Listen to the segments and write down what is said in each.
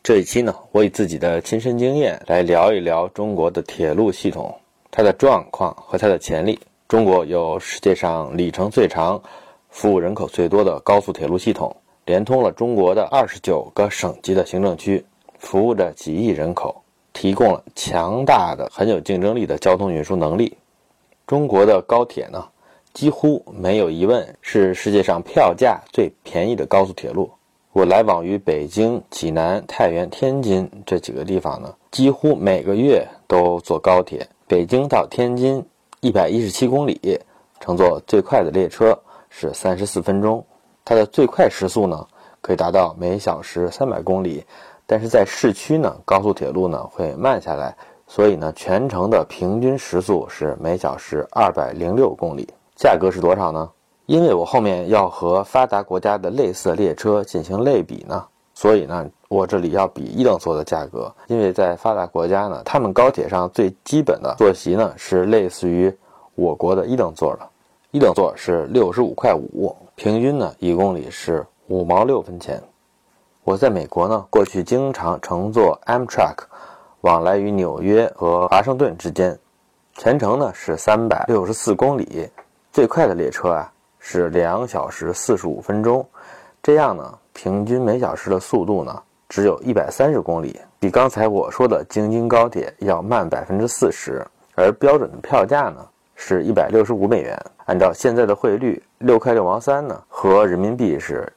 这一期呢，我以自己的亲身经验来聊一聊中国的铁路系统，它的状况和它的潜力。中国有世界上里程最长、服务人口最多的高速铁路系统，连通了中国的29个省级的行政区，服务着几亿人口，提供了强大的、很有竞争力的交通运输能力。中国的高铁呢，几乎没有疑问是世界上票价最便宜的高速铁路。我来往于北京、济南、太原、天津这几个地方呢，几乎每个月都坐高铁。北京到天津117公里，乘坐最快的列车是34分钟。它的最快时速呢，可以达到每小时300公里，但是在市区呢，高速铁路呢会慢下来，所以呢，全程的平均时速是每小时206公里。价格是多少呢？因为我后面要和发达国家的类似的列车进行类比呢，所以呢，我这里要比一等座的价格。因为在发达国家呢，他们高铁上最基本的坐席呢是类似于我国的一等座的，一等座是65.5块，平均呢1公里是5毛6分钱。我在美国呢，过去经常乘坐 Amtrak 往来于纽约和华盛顿之间，全程呢是364公里，最快的列车啊是2小时45分钟，这样呢，平均每小时的速度呢只有130公里，比刚才我说的京津高铁要慢40%，而标准的票价呢是165美元，按照现在的汇率6块6毛3呢，合人民币是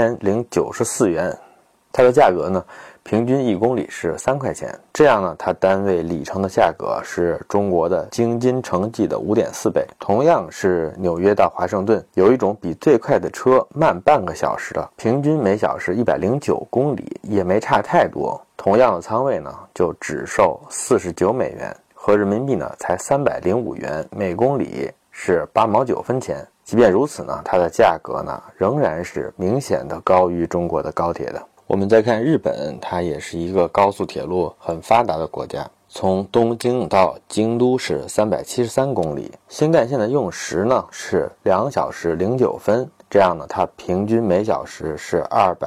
1094元。它的价格呢，平均1公里是3块钱，这样呢，它单位里程的价格是中国的京津城际的5.4倍。同样是纽约到华盛顿，有一种比最快的车慢半个小时的，平均每小时109公里，也没差太多。同样的舱位呢，就只售49美元，合人民币呢才305元，每公里是8毛9分钱。即便如此呢，它的价格呢仍然是明显的高于中国的高铁的。我们再看日本，它也是一个高速铁路很发达的国家，从东京到京都是373公里，新干线的用时呢是2小时09分，这样呢，它平均每小时是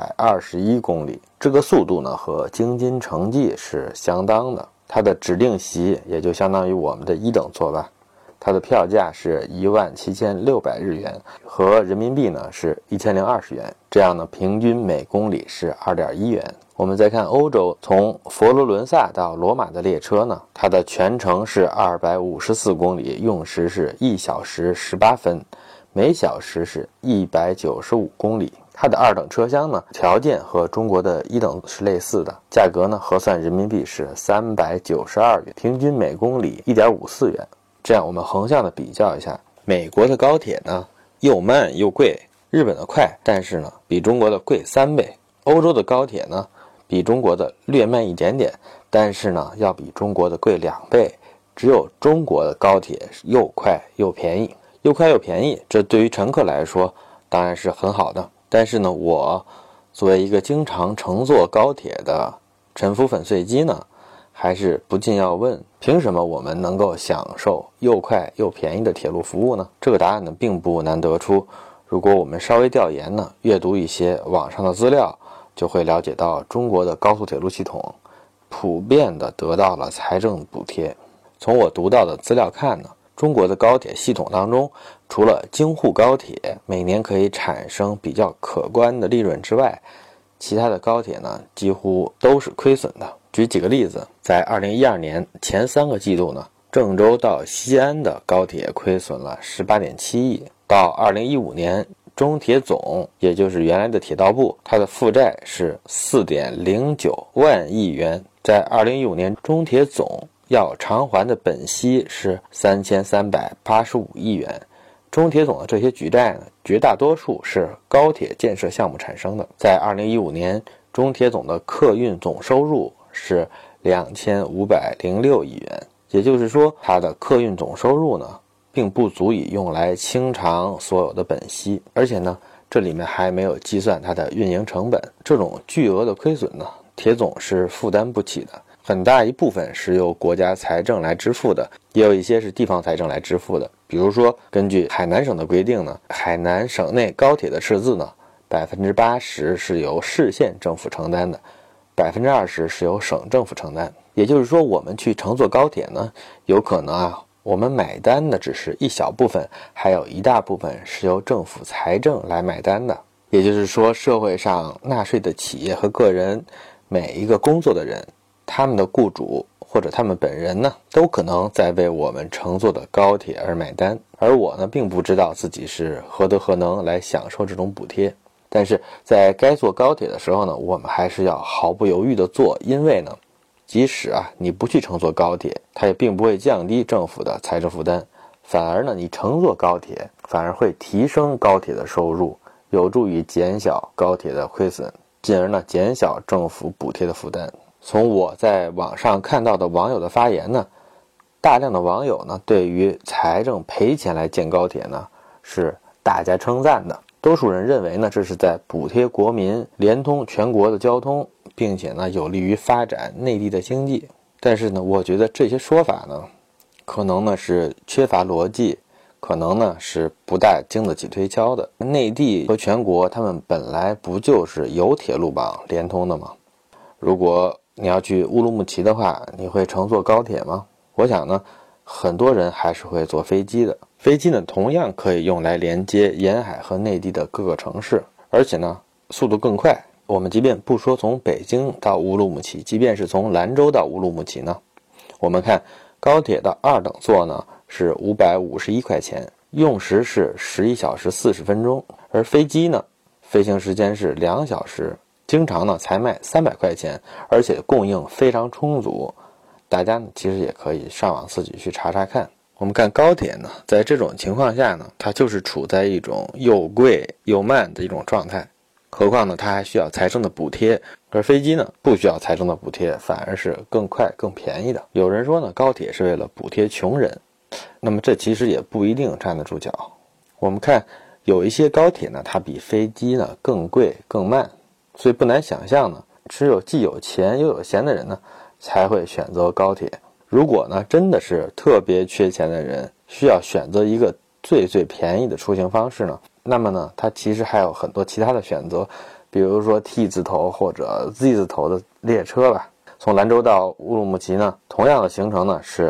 221公里，这个速度呢和京津城际是相当的。它的指定席也就相当于我们的一等座吧，它的票价是17600日元，和人民币呢是1020元，这样呢平均每公里是2.1元。我们再看欧洲，从佛罗伦萨到罗马的列车呢，它的全程是254公里，用时是1小时18分，每小时是195公里。它的2等车厢呢，条件和中国的一等是类似的，价格呢核算人民币是392元，平均每公里1.54元。这样我们横向的比较一下，美国的高铁呢又慢又贵，日本的快，但是呢比中国的贵3倍。欧洲的高铁呢比中国的略慢一点点，但是呢要比中国的贵2倍。只有中国的高铁又快又便宜，又快又便宜，这对于乘客来说当然是很好的。但是呢，我作为一个经常乘坐高铁的沉浮粉碎机呢，还是不禁要问，凭什么我们能够享受又快又便宜的铁路服务呢？这个答案呢并不难得出，如果我们稍微调研呢，阅读一些网上的资料，就会了解到中国的高速铁路系统普遍的得到了财政补贴。从我读到的资料看呢，中国的高铁系统当中，除了京沪高铁每年可以产生比较可观的利润之外，其他的高铁呢几乎都是亏损的。举几个例子，在2012年前3个季度呢，郑州到西安的高铁亏损了18.7亿，到2015年中铁总，也就是原来的铁道部，它的负债是4.09万亿元，在2015年中铁总要偿还的本息是3385亿元。中铁总的这些举债呢，绝大多数是高铁建设项目产生的。在2015年，中铁总的客运总收入是2506亿元，也就是说，它的客运总收入呢，并不足以用来清偿所有的本息，而且呢，这里面还没有计算它的运营成本。这种巨额的亏损呢，铁总是负担不起的。很大一部分是由国家财政来支付的，也有一些是地方财政来支付的。比如说，根据海南省的规定呢，海南省内高铁的赤字呢，80%是由市县政府承担的 20%是由省政府承担。也就是说，我们去乘坐高铁呢，有可能我们买单的只是一小部分，还有一大部分是由政府财政来买单的。也就是说，社会上纳税的企业和个人，每一个工作的人，他们的雇主或者他们本人呢，都可能在为我们乘坐的高铁而买单。而我呢，并不知道自己是何德何能来享受这种补贴。但是在该坐高铁的时候呢，我们还是要毫不犹豫地坐，因为呢，即使你不去乘坐高铁，它也并不会降低政府的财政负担，反而呢，你乘坐高铁反而会提升高铁的收入，有助于减小高铁的亏损，进而呢，减小政府补贴的负担。从我在网上看到的网友的发言呢，大量的网友呢，对于财政赔钱来建高铁呢，是大加称赞的。多数人认为呢，这是在补贴国民，连通全国的交通，并且呢，有利于发展内地的经济。但是呢，我觉得这些说法呢，可能呢是缺乏逻辑，可能呢是不大经得起推敲的。内地和全国他们本来不就是有铁路网连通的吗？如果你要去乌鲁木齐的话，你会乘坐高铁吗？我想呢，很多人还是会坐飞机的。飞机呢，同样可以用来连接沿海和内地的各个城市，而且呢，速度更快。我们即便不说从北京到乌鲁木齐，即便是从兰州到乌鲁木齐呢，我们看高铁的2等座呢是551块钱，用时是11小时40分钟，而飞机呢，飞行时间是2小时，经常呢才卖300块钱，而且供应非常充足。大家呢其实也可以上网自己去查查看。我们看高铁呢，在这种情况下呢，它就是处在一种又贵又慢的一种状态。何况呢，它还需要财政的补贴，而飞机呢不需要财政的补贴，反而是更快更便宜的。有人说呢，高铁是为了补贴穷人，那么这其实也不一定站得住脚。我们看有一些高铁呢，它比飞机呢更贵更慢，所以不难想象呢，只有既有钱又有闲的人呢，才会选择高铁。如果呢真的是特别缺钱的人，需要选择一个最便宜的出行方式呢，那么呢他其实还有很多其他的选择，比如说 T 字头或者 Z 字头的列车吧。从兰州到乌鲁木齐呢，同样的行程呢是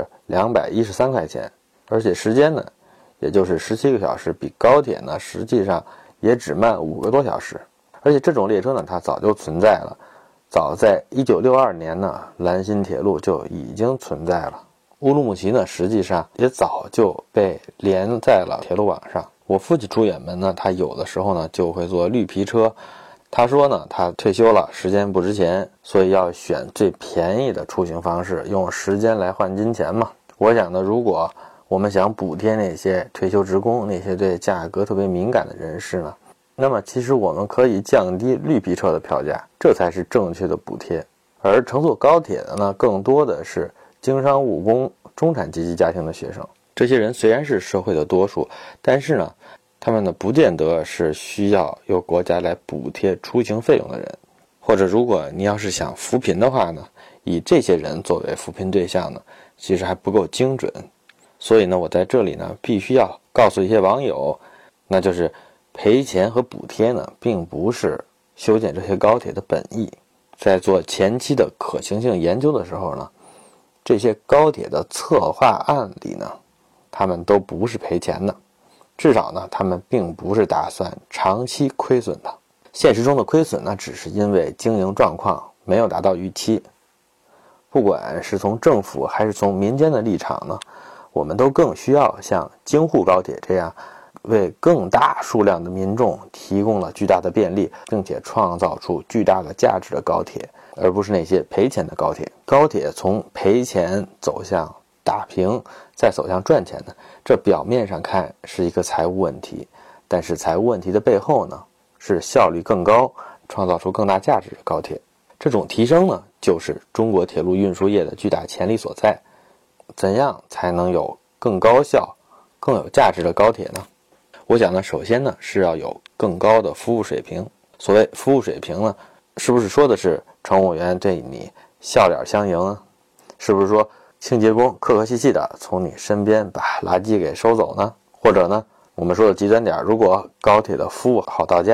213块钱，而且时间呢也就是17个小时，比高铁呢实际上也只慢5个多小时。而且这种列车呢，它早就存在了。早在1962年呢，兰新铁路就已经存在了。乌鲁木齐呢，实际上也早就被连在了铁路网上。我父亲出远门呢，他有的时候呢就会坐绿皮车。他说呢，他退休了，时间不值钱，所以要选最便宜的出行方式，用时间来换金钱嘛。我想呢，如果我们想补贴那些退休职工，那些对价格特别敏感的人士呢，那么其实我们可以降低绿皮车的票价，这才是正确的补贴。而乘坐高铁的呢，更多的是经商务工、中产阶级家庭的学生。这些人虽然是社会的多数，但是呢，他们呢不见得是需要由国家来补贴出行费用的人。或者如果你要是想扶贫的话呢，以这些人作为扶贫对象呢，其实还不够精准。所以呢，我在这里呢必须要告诉一些网友，那就是赔钱和补贴呢，并不是修建这些高铁的本意。在做前期的可行性研究的时候呢，这些高铁的策划案里呢，他们都不是赔钱的，至少呢，他们并不是打算长期亏损的。现实中的亏损呢，只是因为经营状况没有达到预期。不管是从政府还是从民间的立场呢，我们都更需要像京沪高铁这样为更大数量的民众提供了巨大的便利，并且创造出巨大的价值的高铁，而不是那些赔钱的高铁。高铁从赔钱走向打平，再走向赚钱的，这表面上看是一个财务问题，但是财务问题的背后呢，是效率更高，创造出更大价值的高铁。这种提升呢，就是中国铁路运输业的巨大潜力所在。怎样才能有更高效、更有价值的高铁呢？我想呢，首先呢是要有更高的服务水平。所谓服务水平呢，是不是说的是乘务员对你笑脸相迎啊？是不是说清洁工客客气气的从你身边把垃圾给收走呢？或者呢，我们说的极端点，如果高铁的服务好到家，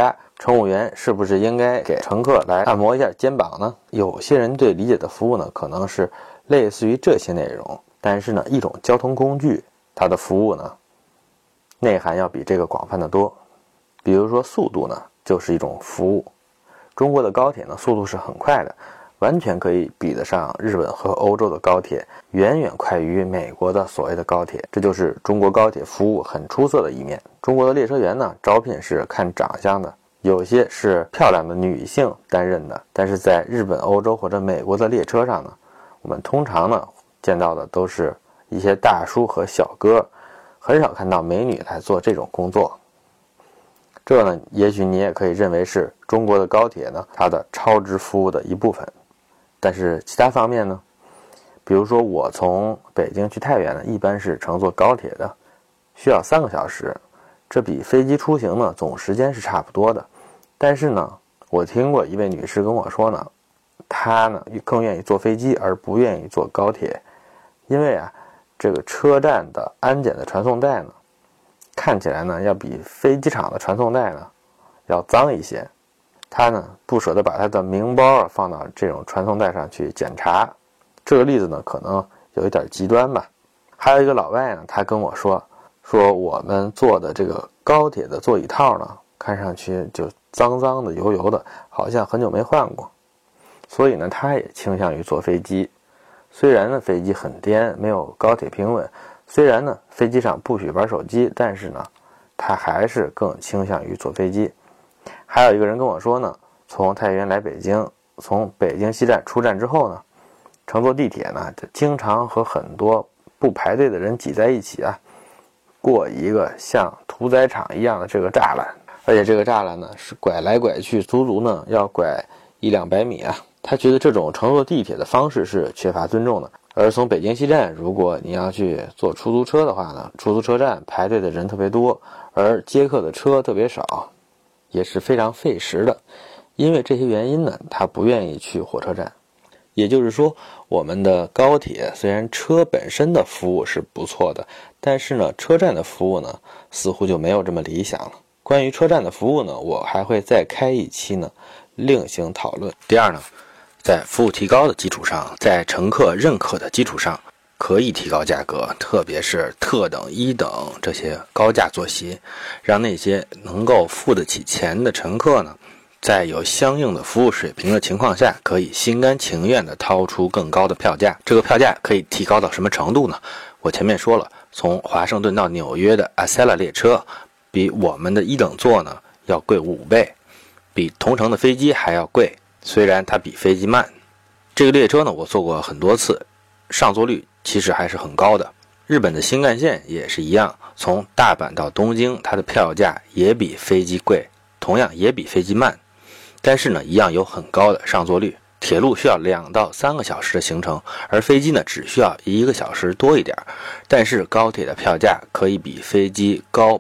乘务员是不是应该给乘客来按摩一下肩膀呢？有些人对理解的服务呢，可能是类似于这些内容，但是呢，一种交通工具它的服务呢，内涵要比这个广泛的多。比如说速度呢，就是一种服务。中国的高铁呢，速度是很快的，完全可以比得上日本和欧洲的高铁，远远快于美国的所谓的高铁。这就是中国高铁服务很出色的一面。中国的列车员呢，招聘是看长相的，有些是漂亮的女性担任的，但是在日本、欧洲或者美国的列车上呢，我们通常呢见到的都是一些大叔和小哥，很少看到美女来做这种工作。这呢，也许你也可以认为是中国的高铁呢，它的超值服务的一部分。但是其他方面呢，比如说我从北京去太原呢，一般是乘坐高铁的，需要3个小时，这比飞机出行呢总时间是差不多的。但是呢，我听过一位女士跟我说呢，她呢更愿意坐飞机而不愿意坐高铁，因为这个车站的安检的传送带呢，看起来呢要比飞机场的传送带呢要脏一些。他呢不舍得把他的名包放到这种传送带上去检查。这个例子呢可能有一点极端吧。还有一个老外呢，他跟我说我们坐的这个高铁的座椅套呢，看上去就脏脏的油油的，好像很久没换过。所以呢他也倾向于坐飞机。虽然呢飞机很颠，没有高铁平稳，虽然呢飞机上不许玩手机，但是呢他还是更倾向于坐飞机。还有一个人跟我说呢，从太原来北京，从北京西站出站之后呢，乘坐地铁呢，就经常和很多不排队的人挤在一起过一个像屠宰场一样的这个栅栏，而且这个栅栏呢是拐来拐去，足足呢要拐100-200米他觉得这种乘坐地铁的方式是缺乏尊重的。而从北京西站，如果你要去坐出租车的话呢，出租车站排队的人特别多，而接客的车特别少，也是非常费时的。因为这些原因呢，他不愿意去火车站。也就是说，我们的高铁虽然车本身的服务是不错的，但是呢，车站的服务呢，似乎就没有这么理想了。关于车站的服务呢，我还会再开一期呢，另行讨论。第二呢，在服务提高的基础上，在乘客认可的基础上，可以提高价格，特别是特等、一等这些高价坐席，让那些能够付得起钱的乘客呢，在有相应的服务水平的情况下，可以心甘情愿地掏出更高的票价。这个票价可以提高到什么程度呢？我前面说了，从华盛顿到纽约的 Acela 列车，比我们的一等座呢要贵5倍，比同程的飞机还要贵，虽然它比飞机慢。这个列车呢，我坐过很多次，上座率其实还是很高的。日本的新干线也是一样，从大阪到东京，它的票价也比飞机贵，同样也比飞机慢，但是呢，一样有很高的上座率。铁路需要2到3个小时的行程，而飞机呢只需要1个小时多一点。但是高铁的票价可以比飞机高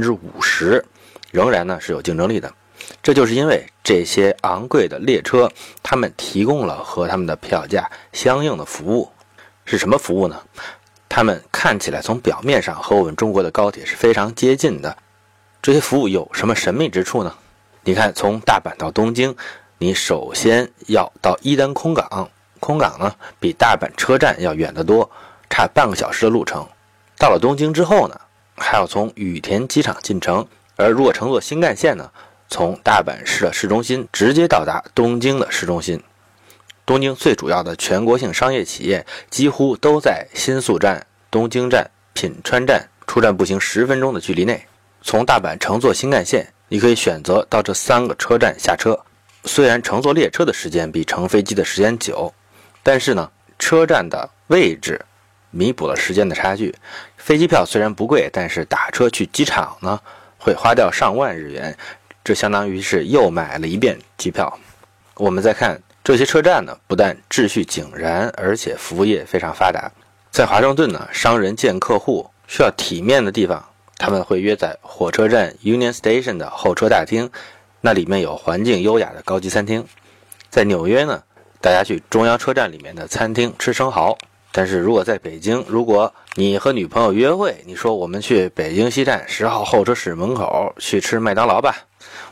50%，仍然呢是有竞争力的。这就是因为这些昂贵的列车，他们提供了和他们的票价相应的服务。是什么服务呢？他们看起来从表面上和我们中国的高铁是非常接近的。这些服务有什么神秘之处呢？你看，从大阪到东京，你首先要到伊丹空港，空港呢比大阪车站要远得多，差半个小时的路程。到了东京之后呢，还要从羽田机场进城，而如果乘坐新干线呢，从大阪市的市中心直接到达东京的市中心。东京最主要的全国性商业企业几乎都在新宿站、东京站、品川站，出站步行10分钟的距离内。从大阪乘坐新干线，你可以选择到这3个车站下车。虽然乘坐列车的时间比乘飞机的时间久，但是呢，车站的位置弥补了时间的差距。飞机票虽然不贵，但是打车去机场呢，会花掉上万日元，这相当于是又买了一遍机票。我们再看这些车站呢，不但秩序井然，而且服务业非常发达。在华盛顿呢，商人见客户需要体面的地方，他们会约在火车站 Union Station 的候车大厅，那里面有环境优雅的高级餐厅。在纽约呢，大家去中央车站里面的餐厅吃生蚝。但是如果在北京，如果你和女朋友约会，你说我们去北京西站10号候车室门口去吃麦当劳吧，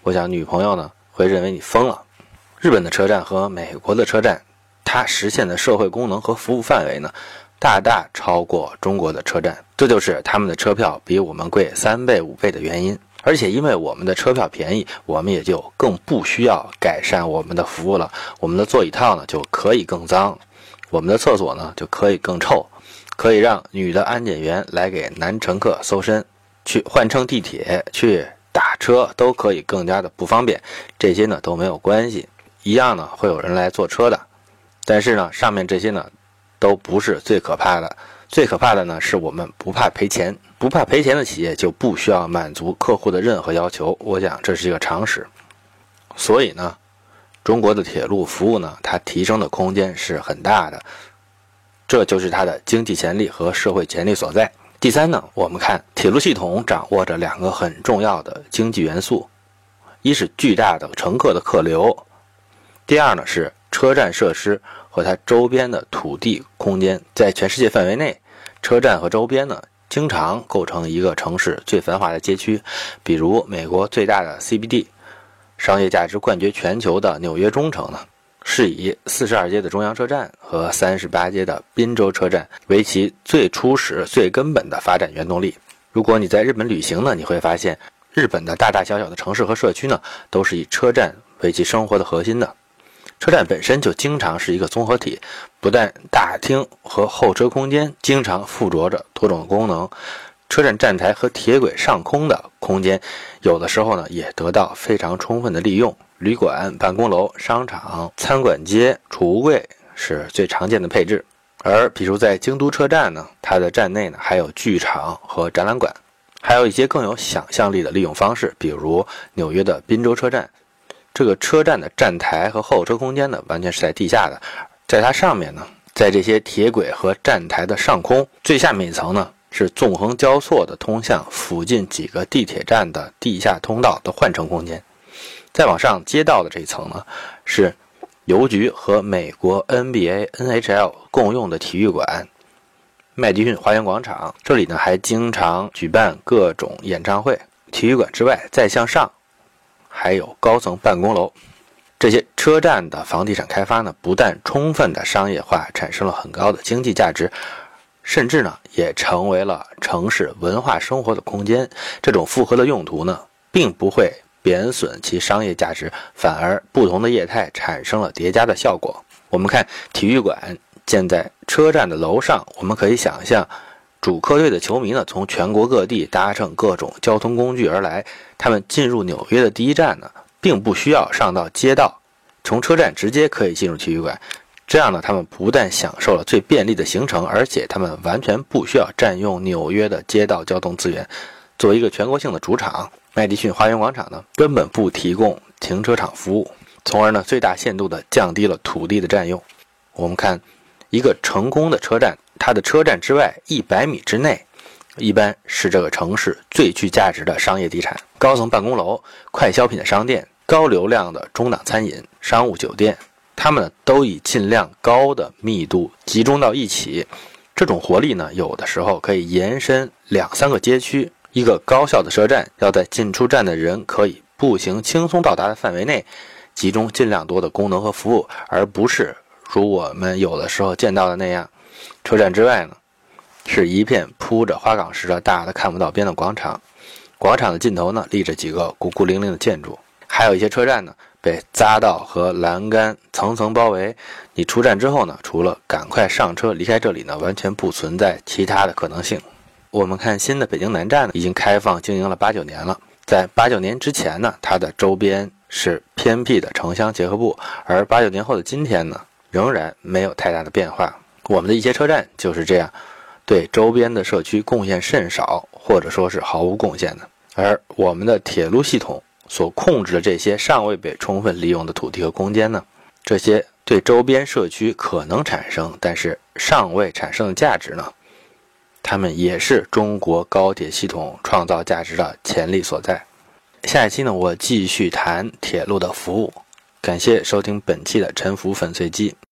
我想女朋友呢会认为你疯了。日本的车站和美国的车站，它实现的社会功能和服务范围呢，大大超过中国的车站，这就是他们的车票比我们贵3倍5倍的原因。而且因为我们的车票便宜，我们也就更不需要改善我们的服务了。我们的座椅套呢就可以更脏，我们的厕所呢就可以更臭，可以让女的安检员来给男乘客搜身，去换乘地铁，去打车都可以更加的不方便。这些呢都没有关系，一样呢会有人来坐车的。但是呢上面这些呢都不是最可怕的，最可怕的呢是我们不怕赔钱。不怕赔钱的企业就不需要满足客户的任何要求，我想这是一个常识。所以呢中国的铁路服务呢它提升的空间是很大的，这就是它的经济潜力和社会潜力所在。第三呢，我们看铁路系统掌握着2个很重要的经济元素，一是巨大的乘客的客流，第二呢是车站设施和它周边的土地空间。在全世界范围内，车站和周边呢经常构成一个城市最繁华的街区。比如美国最大的 CBD， 商业价值冠绝全球的纽约中城呢，是以42街的中央车站和38街的滨州车站为其最初始最根本的发展原动力。如果你在日本旅行呢，你会发现日本的大大小小的城市和社区呢都是以车站为其生活的核心的。车站本身就经常是一个综合体，不但大厅和候车空间经常附着着多种功能，车站站台和铁轨上空的空间有的时候呢也得到非常充分的利用。旅馆、办公楼、商场、餐馆街、储物柜是最常见的配置。而比如在京都车站呢，它的站内呢还有剧场和展览馆，还有一些更有想象力的利用方式，比如纽约的滨州车站，这个车站的站台和候车空间呢完全是在地下的，在它上面呢，在这些铁轨和站台的上空最下面一层呢是纵横交错的通向附近几个地铁站的地下通道的换乘空间。再往上街道的这一层呢是邮局和美国 NBA、NHL 共用的体育馆麦迪逊花园广场，这里呢还经常举办各种演唱会。体育馆之外再向上还有高层办公楼。这些车站的房地产开发呢，不但充分的商业化，产生了很高的经济价值，甚至呢也成为了城市文化生活的空间。这种复合的用途呢并不会贬损其商业价值，反而不同的业态产生了叠加的效果。我们看体育馆建在车站的楼上，我们可以想象主客队的球迷呢从全国各地搭乘各种交通工具而来，他们进入纽约的第一站呢并不需要上到街道，从车站直接可以进入体育馆。这样呢他们不但享受了最便利的行程，而且他们完全不需要占用纽约的街道交通资源。作为一个全国性的主场，麦迪逊花园广场呢根本不提供停车场服务，从而呢最大限度地降低了土地的占用。我们看一个成功的车站，它的车站之外100米之内一般是这个城市最具价值的商业地产，高层办公楼、快消品的商店、高流量的中档餐饮、商务酒店，它们都以尽量高的密度集中到一起。这种活力呢有的时候可以延伸2-3个街区。一个高效的车站要在进出站的人可以步行轻松到达的范围内集中尽量多的功能和服务，而不是如我们有的时候见到的那样，车站之外呢是一片铺着花岗石的大的看不到边的广场，广场的尽头呢立着几个孤孤零零的建筑，还有一些车站呢被匝道和栏杆层层包围。你出站之后呢，除了赶快上车离开这里呢，完全不存在其他的可能性。我们看新的北京南站呢，已经开放经营了8-9年了。在8-9年之前呢，它的周边是偏僻的城乡结合部，而8-9年后的今天呢，仍然没有太大的变化。我们的一些车站就是这样，对周边的社区贡献甚少，或者说是毫无贡献的。而我们的铁路系统所控制的这些尚未被充分利用的土地和空间呢，这些对周边社区可能产生但是尚未产生的价值呢，它们也是中国高铁系统创造价值的潜力所在。下一期呢，我继续谈铁路的服务。感谢收听本期的沉浮粉碎机。